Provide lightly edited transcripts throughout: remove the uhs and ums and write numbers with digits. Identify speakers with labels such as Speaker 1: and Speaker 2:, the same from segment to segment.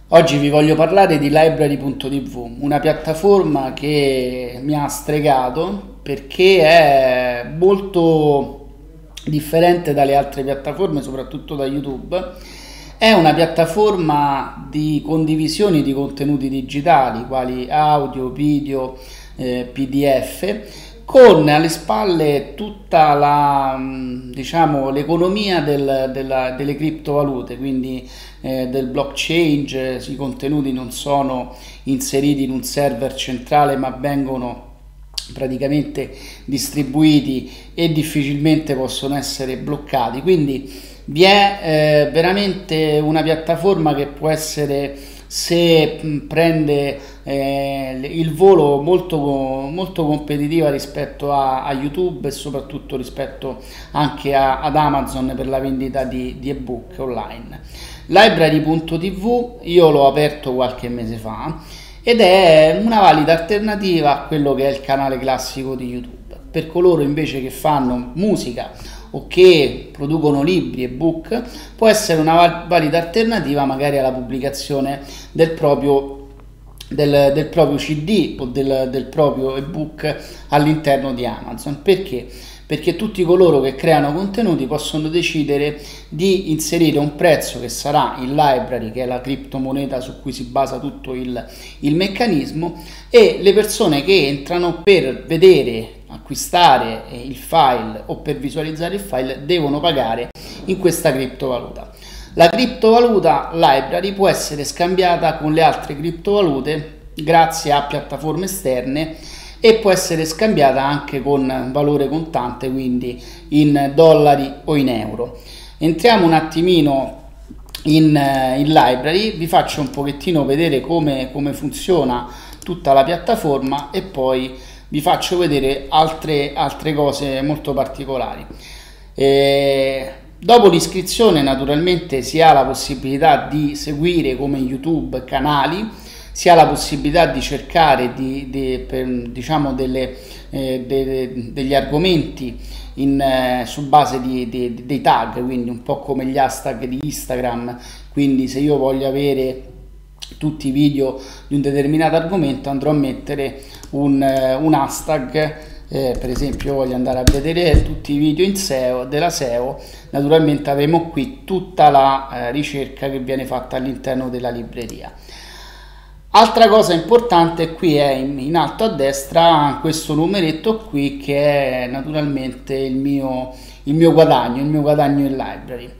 Speaker 1: Oggi vi voglio parlare di Library.tv, una piattaforma che mi ha stregato perché è molto differente dalle altre piattaforme, soprattutto da YouTube. È una piattaforma di condivisione di contenuti digitali, quali audio, video, PDF, con alle spalle tutta l'economia delle criptovalute, quindi del blockchain. I contenuti non sono inseriti in un server centrale, ma vengono praticamente distribuiti e difficilmente possono essere bloccati. Quindi vi è veramente una piattaforma che può essere, se prende il volo, molto competitiva rispetto a YouTube e soprattutto rispetto anche ad Amazon per la vendita di ebook online. Library.tv io l'ho aperto qualche mese fa ed è una valida alternativa a quello che è il canale classico di YouTube. Per coloro invece che fanno musica o che producono libri, ebook, può essere una valida alternativa magari alla pubblicazione del proprio CD o del proprio ebook all'interno di Amazon. Perché? Perché tutti coloro che creano contenuti possono decidere di inserire un prezzo che sarà il library, che è la criptomoneta su cui si basa tutto il meccanismo, e le persone che entrano per vedere, acquistare il file o per visualizzare il file devono pagare in questa criptovaluta. La criptovaluta library può essere scambiata con le altre criptovalute grazie a piattaforme esterne e può essere scambiata anche con valore contante, quindi in dollari o in euro. Entriamo un attimino in library, vi faccio un pochettino vedere come funziona tutta la piattaforma e poi vi faccio vedere altre cose molto particolari. Dopo l'iscrizione naturalmente si ha la possibilità di seguire come YouTube canali, si ha la possibilità di cercare degli argomenti su base dei tag, quindi un po' come gli hashtag di Instagram. Quindi se io voglio avere tutti i video di un determinato argomento andrò a mettere un hashtag. Per esempio voglio andare a vedere tutti i video in SEO della SEO, naturalmente avremo qui tutta la ricerca che viene fatta all'interno della libreria. Altra cosa importante qui è in alto a destra questo numeretto qui, che è naturalmente il mio guadagno in library.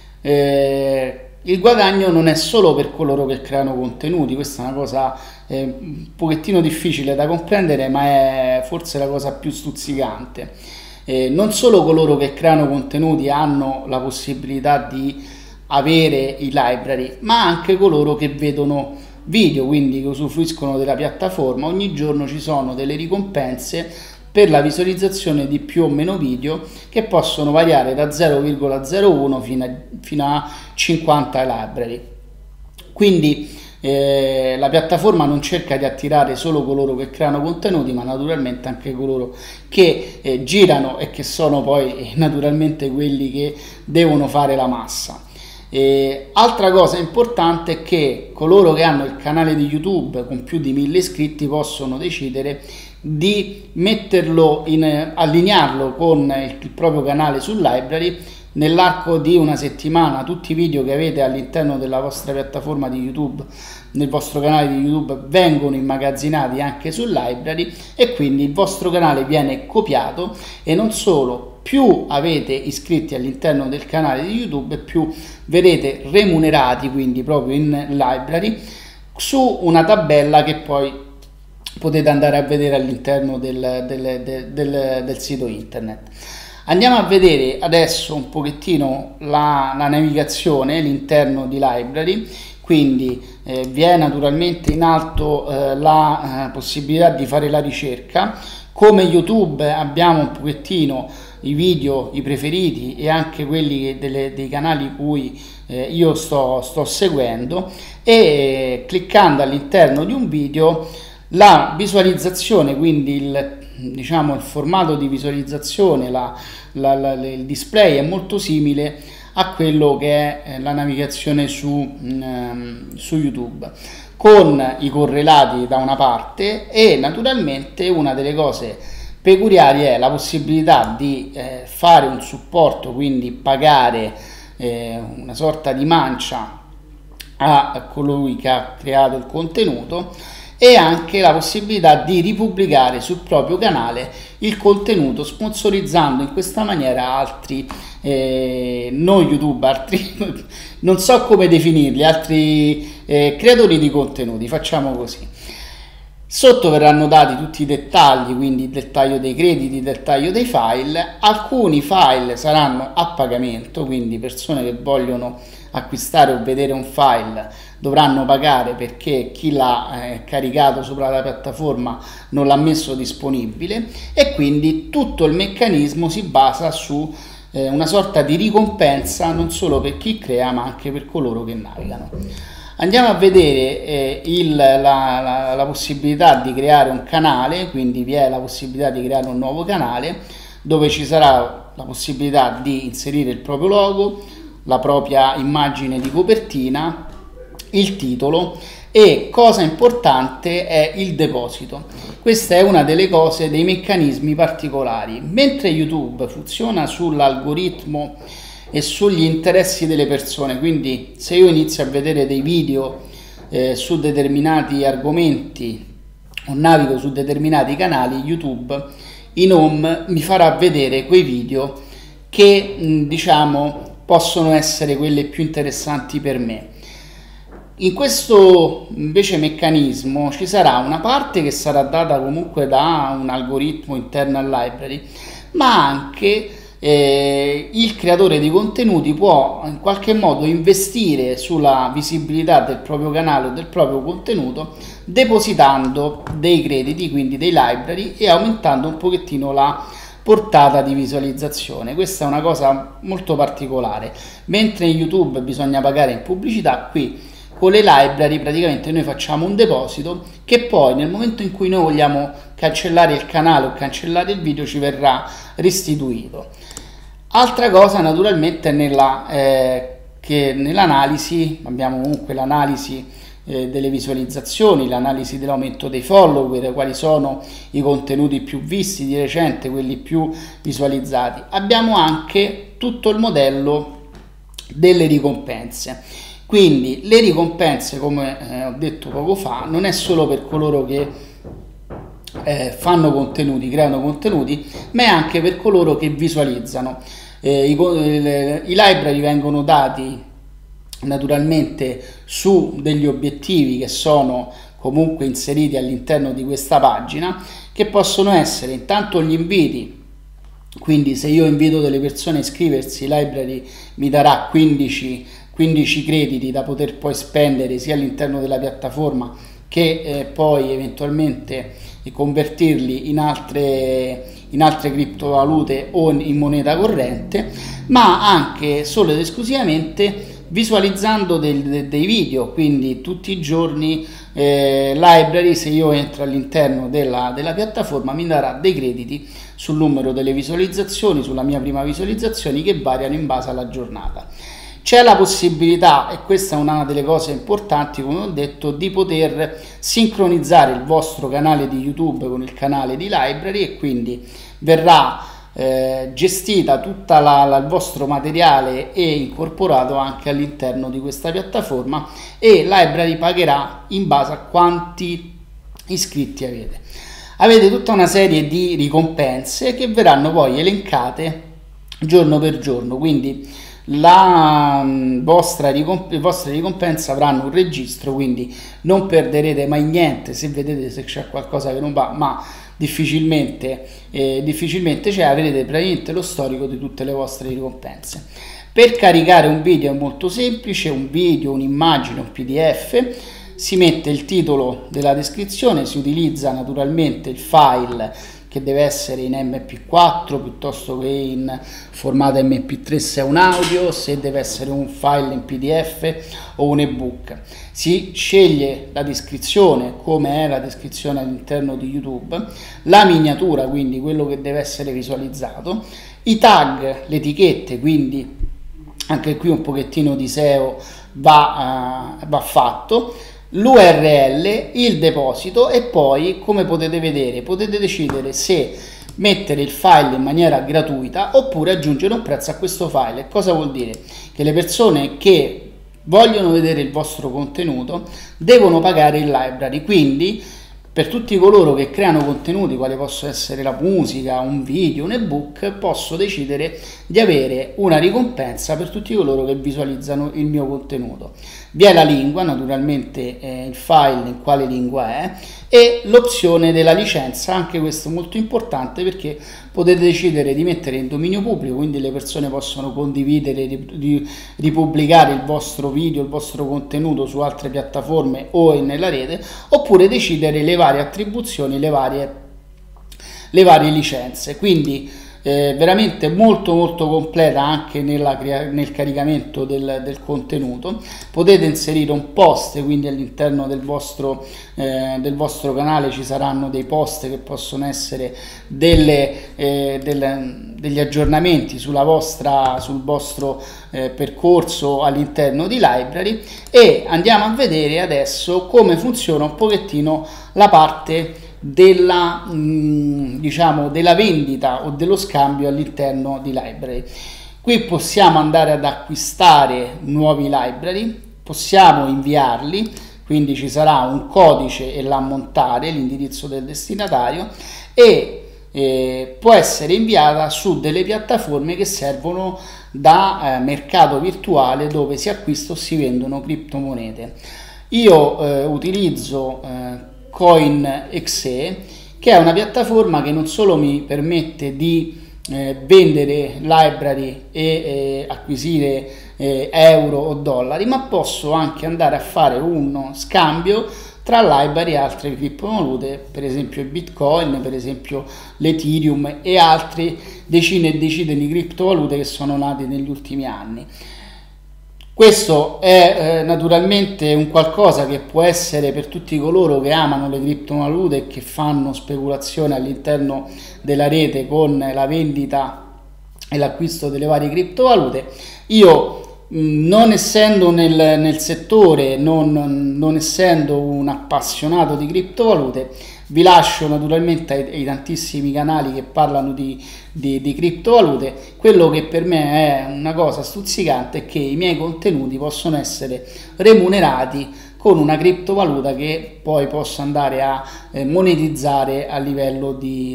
Speaker 1: Il guadagno non è solo per coloro che creano contenuti, questa è una cosa un pochettino difficile da comprendere, ma è forse la cosa più stuzzicante. Non solo coloro che creano contenuti hanno la possibilità di avere i library, ma anche coloro che vedono video, quindi che usufruiscono della piattaforma. Ogni giorno ci sono delle ricompense per la visualizzazione di più o meno video che possono variare da 0,01 fino a 50 library. Quindi la piattaforma non cerca di attirare solo coloro che creano contenuti, ma naturalmente anche coloro che girano e che sono poi naturalmente quelli che devono fare la massa. Altra cosa importante è che coloro che hanno il canale di YouTube con più di 1000 iscritti possono decidere di allinearlo con il proprio canale sul library. Nell'arco di una settimana tutti i video che avete all'interno della vostra piattaforma di YouTube, nel vostro canale di YouTube, vengono immagazzinati anche sul library e quindi il vostro canale viene copiato, e non solo, più avete iscritti all'interno del canale di YouTube più verrete remunerati, quindi proprio in library, su una tabella che poi potete andare a vedere all'interno del sito internet. Andiamo a vedere adesso un pochettino la navigazione, l'interno di library. Quindi vi è naturalmente in alto la possibilità di fare la ricerca. Come YouTube abbiamo un pochettino i video, i preferiti e anche quelli dei canali cui io sto seguendo, e cliccando all'interno di un video la visualizzazione, quindi il formato di visualizzazione, il display è molto simile a quello che è la navigazione su YouTube, con i correlati da una parte, e naturalmente una delle cose peculiari è la possibilità di fare un supporto, quindi pagare una sorta di mancia a colui che ha creato il contenuto, e anche la possibilità di ripubblicare sul proprio canale il contenuto, sponsorizzando in questa maniera altri non YouTube, altri non so come definirli, altri creatori di contenuti, facciamo così. Sotto verranno dati tutti i dettagli, quindi il dettaglio dei crediti, il dettaglio dei file. Alcuni file saranno a pagamento, quindi persone che vogliono acquistare o vedere un file dovranno pagare perché chi l'ha caricato sopra la piattaforma non l'ha messo disponibile, e quindi tutto il meccanismo si basa su una sorta di ricompensa non solo per chi crea ma anche per coloro che navigano. Andiamo a vedere la possibilità di creare un canale, quindi vi è la possibilità di creare un nuovo canale dove ci sarà la possibilità di inserire il proprio logo, la propria immagine di copertina, il titolo, e cosa importante è il deposito. Questa è una delle cose, dei meccanismi particolari. Mentre YouTube funziona sull'algoritmo e sugli interessi delle persone, quindi se io inizio a vedere dei video su determinati argomenti o navigo su determinati canali, YouTube in home mi farà vedere quei video che diciamo possono essere quelle più interessanti per me. In questo invece meccanismo ci sarà una parte che sarà data comunque da un algoritmo interno al library, ma anche il creatore di contenuti può in qualche modo investire sulla visibilità del proprio canale o del proprio contenuto depositando dei crediti, quindi dei library, e aumentando un pochettino la portata di visualizzazione. Questa è una cosa molto particolare. Mentre in YouTube bisogna pagare in pubblicità, qui con le library praticamente noi facciamo un deposito che poi nel momento in cui noi vogliamo cancellare il canale o cancellare il video ci verrà restituito. Altra cosa naturalmente che nell'analisi abbiamo comunque l'analisi delle visualizzazioni, l'analisi dell'aumento dei follower, quali sono i contenuti più visti di recente, quelli più visualizzati. Abbiamo anche tutto il modello delle ricompense. Quindi le ricompense, come ho detto poco fa, non è solo per coloro che fanno contenuti, creano contenuti, ma è anche per coloro che visualizzano. I library vengono dati naturalmente su degli obiettivi che sono comunque inseriti all'interno di questa pagina, che possono essere intanto gli inviti. Quindi se io invito delle persone a iscriversi, library mi darà 15 crediti da poter poi spendere sia all'interno della piattaforma che poi eventualmente convertirli in altre criptovalute o in moneta corrente, ma anche solo ed esclusivamente visualizzando dei video. Quindi tutti i giorni library, se io entro all'interno della piattaforma, mi darà dei crediti sul numero delle visualizzazioni, sulla mia prima visualizzazione, che variano in base alla giornata. C'è la possibilità, e questa è una delle cose importanti, come ho detto, di poter sincronizzare il vostro canale di YouTube con il canale di library, e quindi verrà gestita tutta il vostro materiale e incorporato anche all'interno di questa piattaforma, e library pagherà in base a quanti iscritti avete. Avete tutta una serie di ricompense che verranno poi elencate giorno per giorno, quindi le vostre ricompense avranno un registro, quindi non perderete mai niente se vedete se c'è qualcosa che non va, ma difficilmente c'è. Avrete praticamente lo storico di tutte le vostre ricompense. Per caricare un video è molto semplice: un video, un'immagine, un PDF, si mette il titolo della descrizione, si utilizza naturalmente il file che deve essere in MP4 piuttosto che in formato MP3 se è un audio, se deve essere un file in PDF o un ebook. Si sceglie la descrizione, come è la descrizione all'interno di YouTube, la miniatura, quindi quello che deve essere visualizzato, i tag, le etichette, quindi anche qui un pochettino di SEO va fatto, l'URL, il deposito, e poi, come potete vedere, potete decidere se mettere il file in maniera gratuita oppure aggiungere un prezzo a questo file. Cosa vuol dire? Che le persone che vogliono vedere il vostro contenuto devono pagare il library, quindi per tutti coloro che creano contenuti, quali possono essere la musica, un video, un ebook, posso decidere di avere una ricompensa per tutti coloro che visualizzano il mio contenuto. Vi è la lingua, naturalmente il file in quale lingua è, e l'opzione della licenza, anche questo è molto importante perché potete decidere di mettere in dominio pubblico, quindi le persone possono condividere, ripubblicare il vostro video, il vostro contenuto su altre piattaforme o nella rete, oppure decidere le varie attribuzioni, le varie licenze. Quindi veramente molto molto completa anche nel caricamento del contenuto. Potete inserire un post, quindi all'interno del vostro canale ci saranno dei post che possono essere degli aggiornamenti sul vostro percorso all'interno di Library. E andiamo a vedere adesso come funziona un pochettino la parte della vendita o dello scambio all'interno di Library. Qui possiamo andare ad acquistare nuovi library, possiamo inviarli, quindi ci sarà un codice e l'ammontare, l'indirizzo del destinatario, e può essere inviata su delle piattaforme che servono da mercato virtuale, dove si acquista o si vendono criptomonete. Io utilizzo CoinExe, che è una piattaforma che non solo mi permette di vendere library e acquisire euro o dollari, ma posso anche andare a fare uno scambio tra library e altre criptovalute, per esempio il Bitcoin, per esempio l'Ethereum e altre decine e decine di criptovalute che sono nate negli ultimi anni. Questo è naturalmente un qualcosa che può essere per tutti coloro che amano le criptovalute e che fanno speculazione all'interno della rete con la vendita e l'acquisto delle varie criptovalute. Io, non essendo nel settore, non essendo un appassionato di criptovalute, vi lascio naturalmente ai tantissimi canali che parlano di criptovalute. Quello che per me è una cosa stuzzicante è che i miei contenuti possono essere remunerati con una criptovaluta che poi posso andare a monetizzare a livello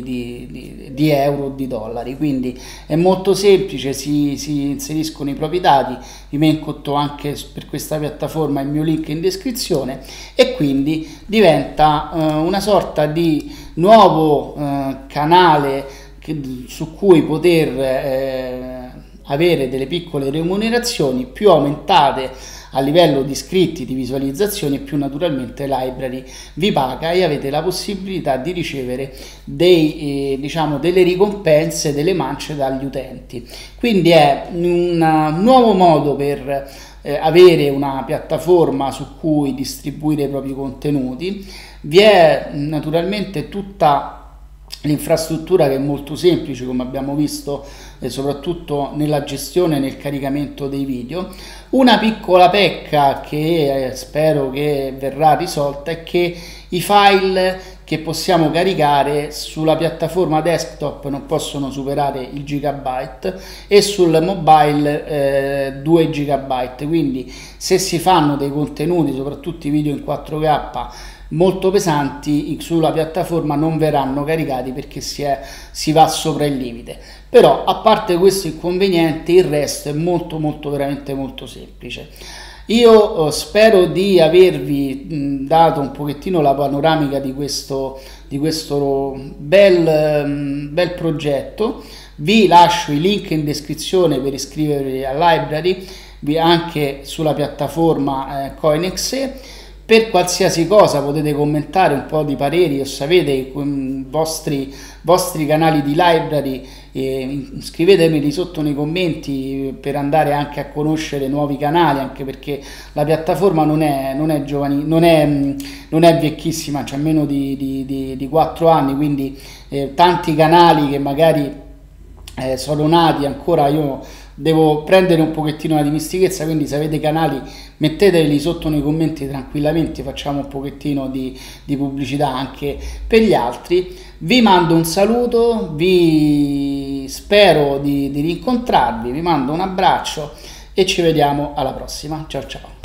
Speaker 1: di euro o di dollari. Quindi è molto semplice, si inseriscono i propri dati, vi metto anche per questa piattaforma il mio link in descrizione, e quindi diventa una sorta di nuovo canale su cui poter avere delle piccole remunerazioni più aumentate a livello di iscritti, di visualizzazioni, e più naturalmente Library vi paga e avete la possibilità di ricevere delle ricompense, delle mance dagli utenti. Quindi è un nuovo modo per avere una piattaforma su cui distribuire i propri contenuti. Vi è naturalmente tutta l'infrastruttura, che è molto semplice, come abbiamo visto, soprattutto nella gestione e nel caricamento dei video. Una piccola pecca che spero che verrà risolta è che i file che possiamo caricare sulla piattaforma desktop non possono superare il gigabyte, e sul mobile 2 gigabyte. Quindi se si fanno dei contenuti, soprattutto i video in 4K molto pesanti, sulla piattaforma non verranno caricati perché si va sopra il limite. Però a parte questo inconveniente, il resto è veramente molto semplice. Io spero di avervi dato un pochettino la panoramica di questo bel progetto. Vi lascio i link in descrizione per iscrivervi a Library, anche sulla piattaforma CoinExe. Per qualsiasi cosa potete commentare un po' di pareri, o sapete i vostri canali di Library, scrivetemeli sotto nei commenti per andare anche a conoscere nuovi canali, anche perché la piattaforma non è vecchissima, c'è meno di 4 anni, quindi tanti canali che magari sono nati ancora, io devo prendere un pochettino la dimestichezza, quindi se avete canali metteteli sotto nei commenti tranquillamente, facciamo un pochettino di pubblicità anche per gli altri. Vi mando un saluto, vi spero di rincontrarvi, vi mando un abbraccio e ci vediamo alla prossima. Ciao ciao.